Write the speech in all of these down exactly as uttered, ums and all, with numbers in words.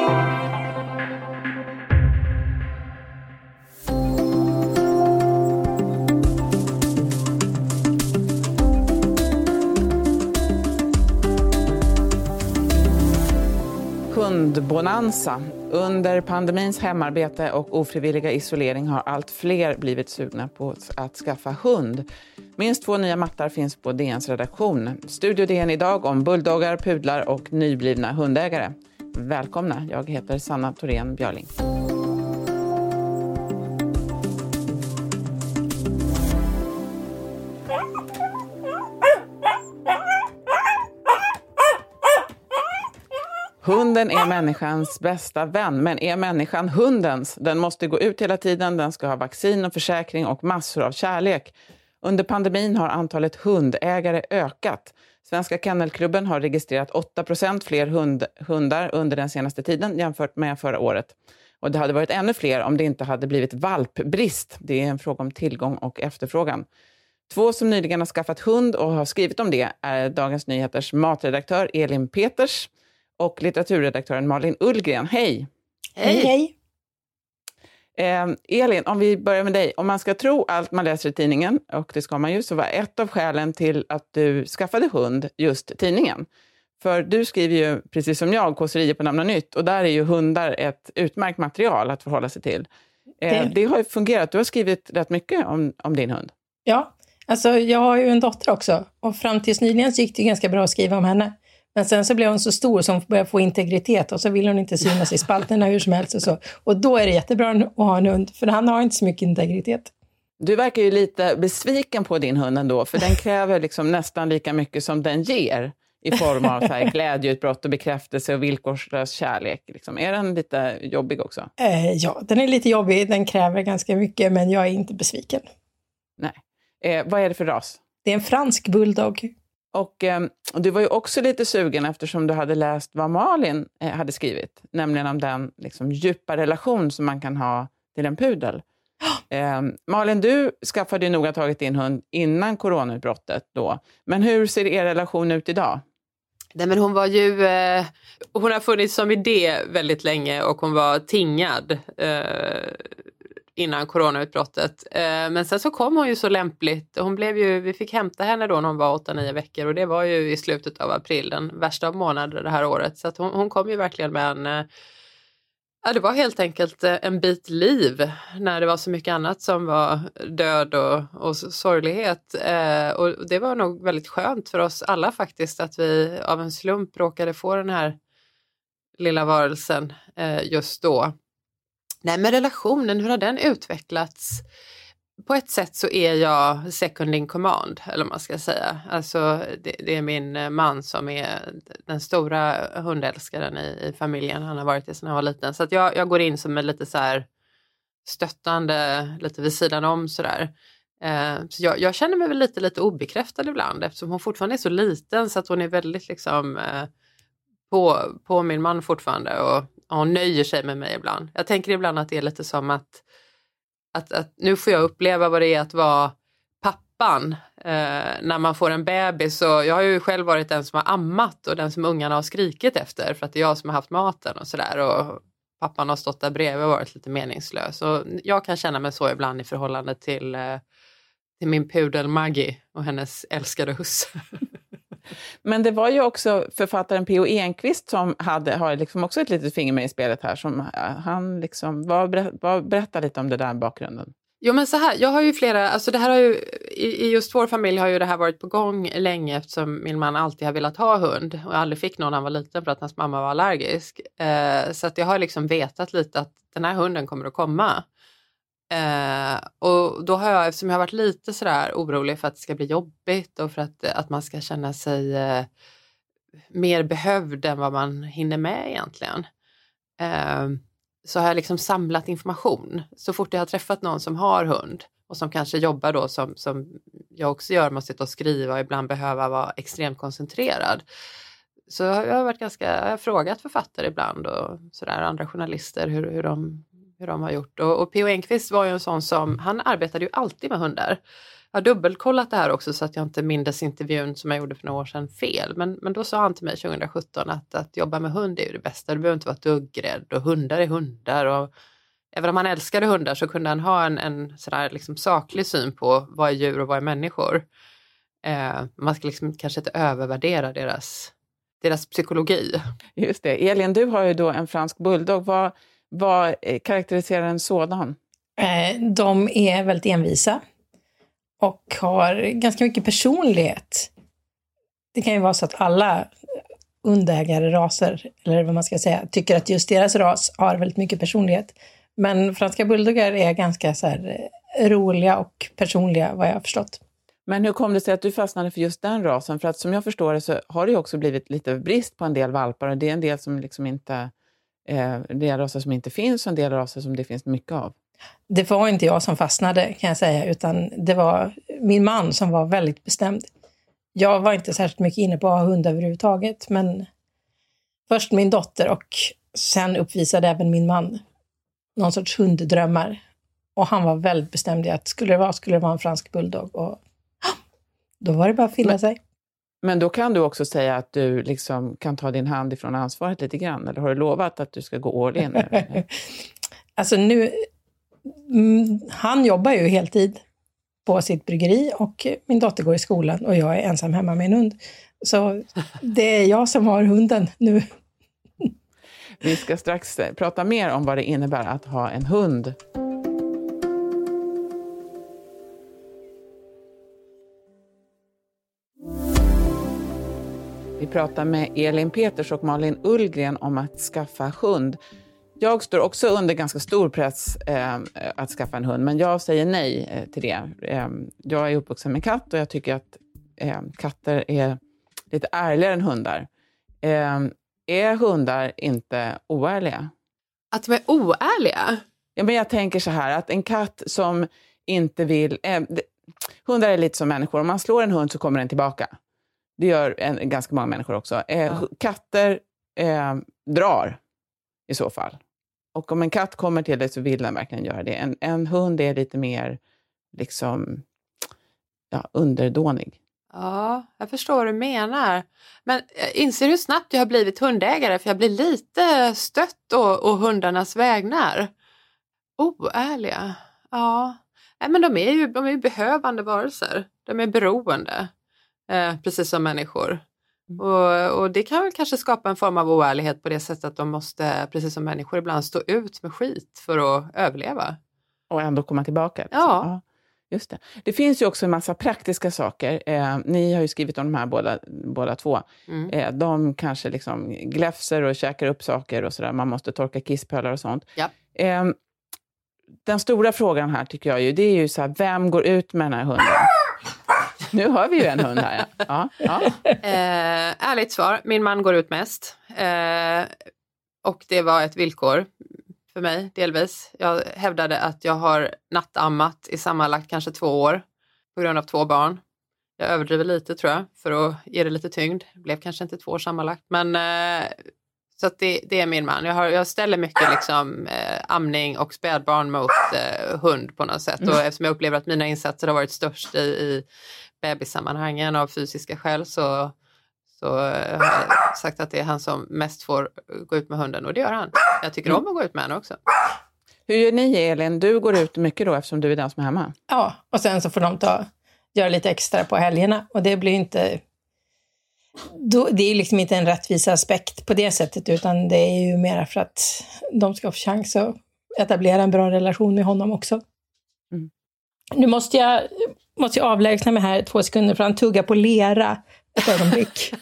Hundbonanza. Under pandemins hemarbete och ofrivilliga isolering har allt fler blivit sugna på att skaffa hund. Minst två nya mattar finns på D N:s redaktion. Studio D N idag om bulldoggar, pudlar och nyblivna hundägare. Välkomna, jag heter Sanna Thorén Björling. Hunden är människans bästa vän, men är människan hundens? Den måste gå ut hela tiden, den ska ha vaccin och försäkring och massor av kärlek. Under pandemin har antalet hundägare ökat. Svenska Kennelklubben har registrerat åtta procent fler hund, hundar under den senaste tiden jämfört med förra året. Och det hade varit ännu fler om det inte hade blivit valpbrist. Det är en fråga om tillgång och efterfrågan. Två som nyligen har skaffat hund och har skrivit om det är Dagens Nyheters matredaktör Elin Peters och litteraturredaktören Malin Ullgren. Hej! Hej, hej! Eh, Elin, om vi börjar med dig. Om man ska tro allt man läser i tidningen, och det ska man ju, så var ett av skälen till att du skaffade hund just tidningen. För du skriver ju, precis som jag, kåserier på Namn och Nytt, och där är ju hundar ett utmärkt material att förhålla sig till. Eh, det. det har ju fungerat. Du har skrivit rätt mycket om, om din hund. Ja, alltså jag har ju en dotter också, och fram tills nyligen så gick det ganska bra att skriva om henne. Men sen så blev hon så stor som började få integritet, och så vill hon inte synas i spalterna hur som helst och så. Och då är det jättebra att ha en hund, för han har inte så mycket integritet. Du verkar ju lite besviken på din hund ändå, för den kräver liksom nästan lika mycket som den ger i form av så här glädjeutbrott och bekräftelse och villkorslös kärlek. Liksom. Är den lite jobbig också? Eh, ja, den är lite jobbig, den kräver ganska mycket, men jag är inte besviken. Nej. Eh, vad är det för ras? Det är en fransk bulldog. Och eh, du var ju också lite sugen eftersom du hade läst vad Malin eh, hade skrivit. Nämligen om den liksom, djupa relation som man kan ha till en pudel. Eh, Malin, du skaffade ju noga tagit din hund innan coronautbrottet då. Men hur ser er relation ut idag? Nej, men hon var ju, eh, hon har funnits som idé väldigt länge och hon var tingad eh, innan coronautbrottet. Eh, men sen så kom hon ju så lämpligt. Hon blev ju, vi fick hämta henne då när hon var åtta nio veckor, och det var ju i slutet av april, den värsta av månader det här året. Så att hon, hon kom ju verkligen med en, eh, ja, det var helt enkelt en bit liv när det var så mycket annat som var död och, och sorglighet. Eh, och det var nog väldigt skönt för oss alla faktiskt att vi av en slump råkade få den här lilla varelsen eh, just då. Nej, men relationen, hur har den utvecklats? På ett sätt så är jag second in command, eller man ska säga. Alltså det, det är min man som är den stora hundälskaren i, i familjen. Han har varit det sedan han var liten. Så att jag, jag går in som en lite så här stöttande, lite vid sidan om sådär. Eh, så jag, jag känner mig väl lite, lite obekräftad ibland, eftersom hon fortfarande är så liten så att hon är väldigt liksom eh, på, på min man fortfarande, och hon nöjer sig med mig ibland. Jag tänker ibland att det är lite som att, att, att nu får jag uppleva vad det är att vara pappan eh, när man får en bebis. Så jag har ju själv varit den som har ammat och den som ungarna har skrikit efter, för att det är jag som har haft maten och sådär. Och pappan har stått där bredvid och varit lite meningslös. Och jag kan känna mig så ibland i förhållande till, eh, till min pudel Maggie och hennes älskade husse. Men det var ju också författaren P O Enquist som hade, har liksom också ett litet finger med i spelet här. Som han liksom, vad, vad, berätta lite om det där bakgrunden. Jo, men så här, jag har ju flera, alltså det här har ju, i, i just vår familj har ju det här varit på gång länge, eftersom min man alltid har velat ha hund och aldrig fick någon när han var liten för att hans mamma var allergisk. Eh, så att jag har liksom vetat lite att den här hunden kommer att komma. Eh, och då har jag, eftersom jag har varit lite sådär orolig för att det ska bli jobbigt och för att, att man ska känna sig eh, mer behövd än vad man hinner med egentligen. Eh, så har jag liksom samlat information. Så fort jag har träffat någon som har hund och som kanske jobbar då som, som jag också gör, måste sitta och skriva och ibland behöva vara extremt koncentrerad. Så jag har varit ganska, jag har frågat författare ibland och sådär, andra journalister hur, hur de hur de har gjort. Och, och P O Enquist var ju en sån som, han arbetade ju alltid med hundar. Jag har dubbelkollat det här också så att jag inte minns intervjun som jag gjorde för några år sedan fel. Men, men då sa han till mig tjugohundrasjutton att, att jobba med hund är ju det bästa. Du behöver inte vara duggrädd och hundar är hundar. Och även om han älskade hundar så kunde han ha en, en sådär liksom saklig syn på vad är djur och vad är människor. Eh, man ska liksom kanske inte övervärdera deras, deras psykologi. Just det. Elin, du har ju då en fransk bulldog. Vad, vad karaktäriserar en sådan? Eh, de är väldigt envisa. Och har ganska mycket personlighet. Det kan ju vara så att alla hundägare, raser, eller vad man ska säga, tycker att just deras ras har väldigt mycket personlighet. Men franska bulldoggar är ganska så här roliga och personliga, vad jag har förstått. Men hur kom det sig att du fastnade för just den rasen? För att som jag förstår det så har det ju också blivit lite brist på en del valpar. Och det är en del som liksom inte, eh, det är raser som inte finns och en del raser som det finns mycket av. Det var inte jag som fastnade kan jag säga, utan det var min man som var väldigt bestämd. Jag var inte särskilt mycket inne på att ha hund överhuvudtaget, men först min dotter och sen uppvisade även min man någon sorts hunddrömmar. Och han var väldigt bestämd i att skulle det vara, skulle det vara en fransk bulldog. Och då var det bara att finna men, sig. Men då kan du också säga att du liksom kan ta din hand ifrån ansvaret lite grann. Eller har du lovat att du ska gå all in? Alltså nu... Han jobbar ju heltid på sitt bryggeri och min dotter går i skolan och jag är ensam hemma med en hund. Så det är jag som har hunden nu. Vi ska strax prata mer om vad det innebär att ha en hund. Vi pratar med Elin Peters och Malin Ullgren om att skaffa hund. Jag står också under ganska stor press eh, att skaffa en hund, men jag säger nej eh, till det. Eh, jag är uppvuxen med katt och jag tycker att eh, katter är lite ärligare än hundar. Eh, är hundar inte oärliga? Att de är oärliga? Ja, men jag tänker så här, att en katt som inte vill... Eh, det, hundar är lite som människor. Om man slår en hund så kommer den tillbaka. Det gör en, ganska många människor också. Eh, ja. Katter eh, drar i så fall. Och om en katt kommer till dig så vill den verkligen göra det. En, en hund är lite mer liksom ja, underdånig. Ja, jag förstår vad du menar. Men inser hur snabbt jag har blivit hundägare? För jag blir lite stött och, och hundarnas vägnar. Oärliga. Ja, nej, men de är ju de är ju behövande varelser. De är beroende. Eh, precis som människor. Och, och det kan väl kanske skapa en form av oärlighet på det sättet att de måste, precis som människor, ibland stå ut med skit för att överleva. Och ändå komma tillbaka. Ja. ja. Just det. Det finns ju också en massa praktiska saker. Eh, ni har ju skrivit om de här båda, båda två. Mm. Eh, de kanske liksom gläfser och käkar upp saker och sådär. Man måste torka kisspölar och sånt. Ja. Eh, den stora frågan här tycker jag ju, det är ju så här, vem går ut med den här hunden? Nu har vi ju en hund här. Ja. Ja, ja. Eh, ärligt svar, min man går ut mest. Eh, och det var ett villkor för mig delvis. Jag hävdade att jag har nattammat i sammanlagt kanske två år på grund av två barn. Jag överdriver lite tror jag för att ge det lite tyngd. Det blev kanske inte två år sammanlagt. Men eh, så att det, det är min man. Jag, har, jag ställer mycket liksom, eh, amning och spädbarn mot eh, hund på något sätt. Och eftersom jag upplever att mina insatser har varit störst i, i bebissammanhangen av fysiska skäl så, så eh, har jag sagt att det är han som mest får gå ut med hunden. Och det gör han. Jag tycker om att gå ut med honom också. Hur gör ni, Elin? Du går ut mycket då eftersom du är den som är hemma. Ja, och sen så får de ta, göra lite extra på helgerna. Och det blir inte... Då, det är liksom inte en rättvis aspekt på det sättet, utan det är ju mer för att de ska få chans att etablera en bra relation med honom också. Mm. Nu måste jag, måste jag avlägsna mig här två sekunder för han tuggar på lera ett ögonblick.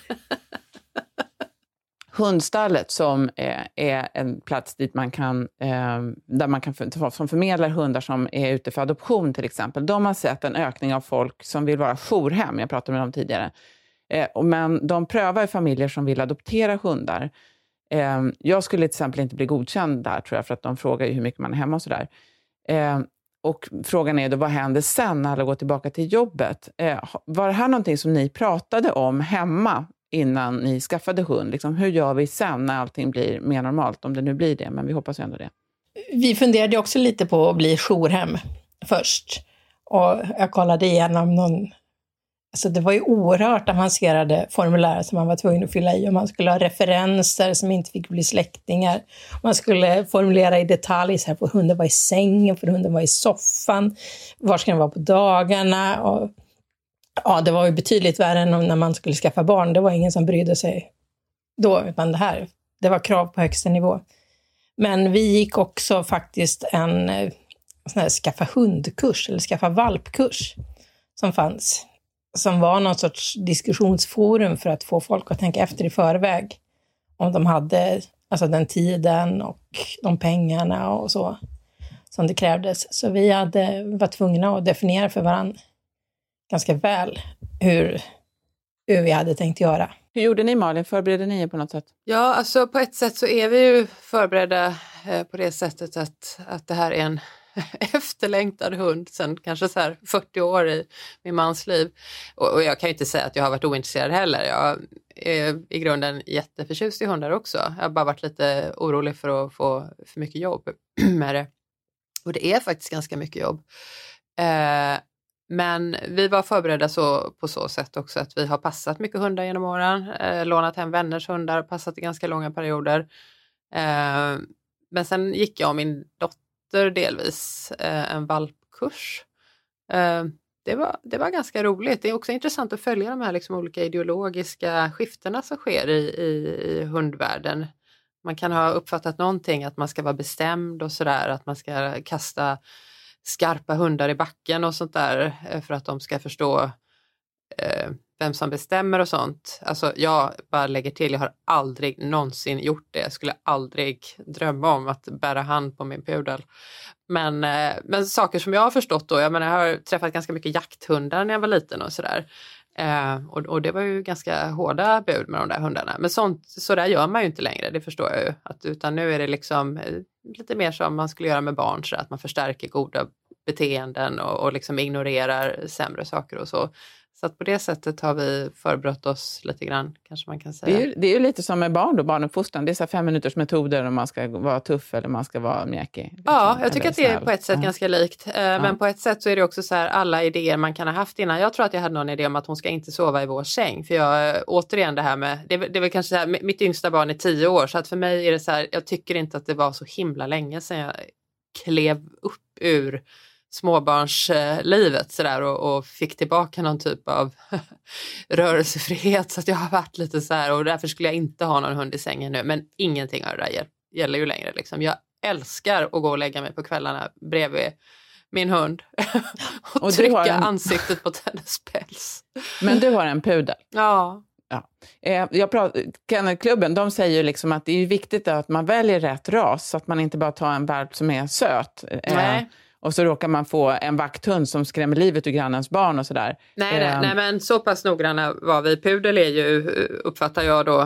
Hundstallet som är, är en plats dit man kan, eh, där man kan för, som förmedlar hundar som är ute för adoption till exempel. De har sett en ökning av folk som vill vara jourhem, jag pratade med dem tidigare. Eh, men de prövar familjer som vill adoptera hundar. Eh, jag skulle till exempel inte bli godkänd där tror jag, för att de frågar ju hur mycket man är hemma och sådär. Eh, och frågan är då, vad händer sen när alla går tillbaka till jobbet? Eh, var det här någonting som ni pratade om hemma innan ni skaffade hund? Liksom, hur gör vi sen när allting blir mer normalt? Om det nu blir det, men vi hoppas ändå det. Vi funderade också lite på att bli jourhem först. Och jag kollade igenom någon... Alltså det var ju oerhört avancerade formulär som man var tvungen att fylla i. Och man skulle ha referenser som inte fick bli släktingar. Man skulle formulera i detalj så här, för hunden var i sängen, för hunden var i soffan. Var ska den vara på dagarna? Och, ja, det var ju betydligt värre än när man skulle skaffa barn. Det var ingen som brydde sig då, utan det här, det var krav på högsta nivå. Men vi gick också faktiskt en sån här skaffa hundkurs eller skaffa valpkurs som fanns. Som var någon sorts diskussionsforum för att få folk att tänka efter i förväg. Om de hade alltså den tiden och de pengarna och så som det krävdes. Så vi hade, var tvungna att definiera för varandra ganska väl hur, hur vi hade tänkt göra. Hur gjorde ni, Malin? Förberedde ni er på något sätt? Ja, alltså på ett sätt så är vi ju förberedda eh, på det sättet att, att det här är en efterlängtad hund sen kanske så här fyrtio år i min mans liv. Och, och jag kan ju inte säga att jag har varit ointresserad heller. Jag är i grunden jätteförtjust i hundar också. Jag har bara varit lite orolig för att få för mycket jobb med det. Och det är faktiskt ganska mycket jobb. Eh, Men vi var förberedda så, på så sätt också att vi har passat mycket hundar genom åren. Eh, lånat hem vänners hundar, passat i ganska långa perioder. Eh, men sen gick jag och min dotter delvis eh, en valpkurs. Eh, det, var, det var ganska roligt. Det är också intressant att följa de här liksom olika ideologiska skiftena som sker i, i, i hundvärlden. Man kan ha uppfattat någonting att man ska vara bestämd och sådär. Att man ska kasta skarpa hundar i backen och sånt där för att de ska förstå eh, vem som bestämmer och sånt. Alltså jag bara lägger till, jag har aldrig någonsin gjort det. Jag skulle aldrig drömma om att bära hand på min pudel. Men, eh, men saker som jag har förstått då, jag menar jag har träffat ganska mycket jakthundar när jag var liten och sådär. Eh, och, och det var ju ganska hårda bud med de där hundarna. Men sånt, så där gör man ju inte längre, det förstår jag ju. Att, utan nu är det liksom eh, lite mer som man skulle göra med barn, så att man förstärker goda beteenden och, och liksom ignorerar sämre saker och så. Så att på det sättet har vi förberett oss lite grann, kanske man kan säga. Det är ju, det är ju lite som med barn då, barnuppfostran. Det är så här fem minuters metoder om man ska vara tuff eller man ska vara mjäkig. Liksom. Ja, jag tycker att det är på ett sätt ja. ganska likt. Eh, ja. Men på ett sätt så är det också så här, alla idéer man kan ha haft innan. Jag tror att jag hade någon idé om att hon ska inte sova i vår säng. För jag, återigen det här med, det, det är väl kanske så här, mitt yngsta barn är tio år. Så att för mig är det så här, jag tycker inte att det var så himla länge sedan jag klev upp ur småbarnslivet sådär och, och fick tillbaka någon typ av rörelsefrihet, så att jag har varit lite så här, och därför skulle jag inte ha någon hund i sängen nu, men ingenting av det där gäller ju längre liksom. Jag älskar att gå och lägga mig på kvällarna bredvid min hund och, och trycka en... ansiktet på hennes päls. Men du har en pudel? Ja. Ja. Jag pratar, Kennelklubben, de säger ju liksom att det är viktigt att man väljer rätt ras, så att man inte bara tar en valp som är söt. Nej. Och så råkar man få en vakthund som skrämmer livet ur grannens barn och sådär. Nej, nej, nej, men så pass noggranna var vi. Pudel är ju, uppfattar jag då,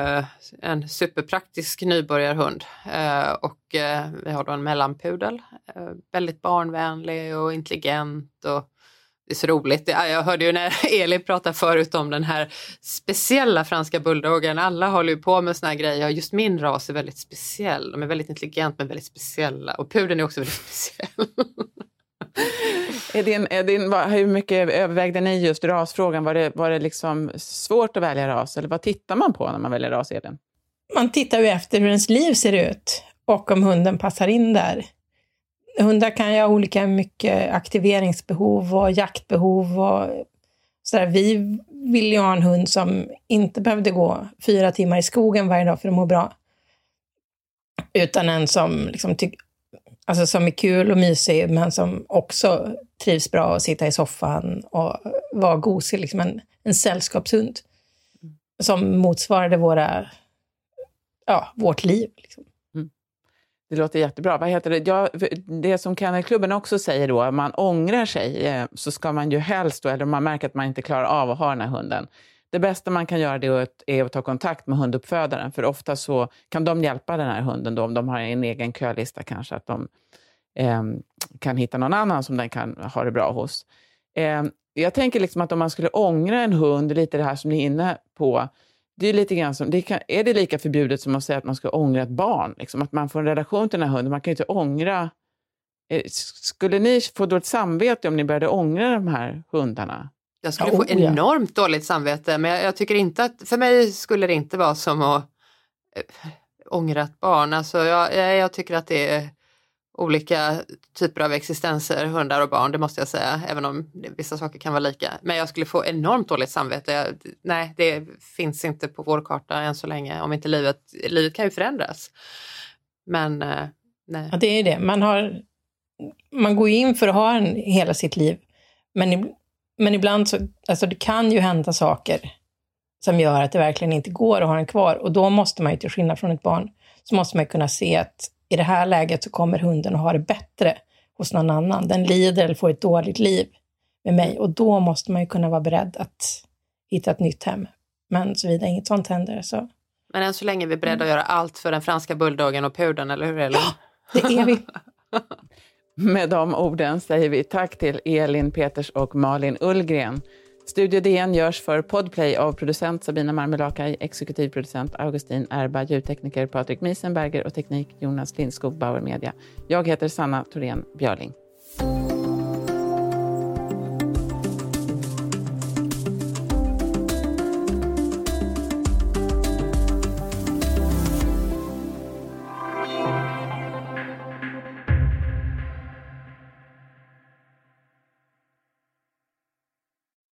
en superpraktisk nybörjarhund. Och vi har då en mellanpudel. Väldigt barnvänlig och intelligent och det är så roligt. Jag hörde ju när Elin pratade förut om den här speciella franska bulldoggen. Alla håller ju på med såna här grejer. Just min ras är väldigt speciell. De är väldigt intelligent men väldigt speciella. Och pudeln är också väldigt speciell. är din, är din, hur mycket övervägde ni just rasfrågan? Var det, var det liksom svårt att välja ras? Eller vad tittar man på när man väljer ras, Elin? Man tittar ju efter hur ens liv ser ut. Och om hunden passar in där. Hundar kan ju ha olika mycket aktiveringsbehov och jaktbehov. Och sådär. Vi vill ju ha en hund som inte behövde gå fyra timmar i skogen varje dag för att må bra. Utan en som, liksom tyck, alltså som är kul och mysig, men som också trivs bra att sitta i soffan och vara gosig. Liksom en, en sällskapshund som motsvarade våra, ja, vårt liv. Liksom. Det låter jättebra. Vad heter det? Ja, det som Kennelklubben också säger då, om man ångrar sig så ska man ju helst då, eller om man märker att man inte klarar av att ha den här hunden. Det bästa man kan göra det är att ta kontakt med hunduppfödaren, för ofta så kan de hjälpa den här hunden då, om de har en egen kölista kanske, att de eh, kan hitta någon annan som den kan ha det bra hos. Eh, jag tänker liksom att om man skulle ångra en hund, lite det här som ni är inne på, det är lite grann som, det kan, är det lika förbjudet som att säga att man ska ångra ett barn? Liksom, att man får en relation till den här hunden. Man kan ju inte ångra Skulle ni få dåligt samvete om ni började ångra de här hundarna? Jag skulle få enormt dåligt samvete, men jag, jag tycker inte att, för mig skulle det inte vara som att äh, ångra ett barn. Alltså jag, jag, jag tycker att det är olika typer av existenser, hundar och barn, det måste jag säga, även om vissa saker kan vara lika. Men jag skulle få enormt dåligt samvete. Jag, nej, det finns inte på vår karta än så länge, om inte livet, livet kan ju förändras. Men äh, nej. Ja, det är det. Man, har, man går in för att ha en hela sitt liv, men Men ibland så, alltså det kan ju hända saker som gör att det verkligen inte går att ha den kvar. Och då måste man ju, till skillnad från ett barn, så måste man kunna se att i det här läget så kommer hunden att ha det bättre hos någon annan. Den lider eller får ett dåligt liv med mig. Och då måste man ju kunna vara beredd att hitta ett nytt hem. Men såvida inget sånt händer så... Men än så länge är vi beredda att göra allt för den franska bulldoggen och pudeln, eller hur? Eller? Ja, det är vi. Med de orden säger vi tack till Elin Peters och Malin Ullgren. Studio D N görs för Podplay av producent Sabina Marmelakai, exekutivproducent Augustin Erba, ljudtekniker Patrik Miesenberger och teknik Jonas Lindskog, Bauer Media. Jag heter Sanna Thorén Björling.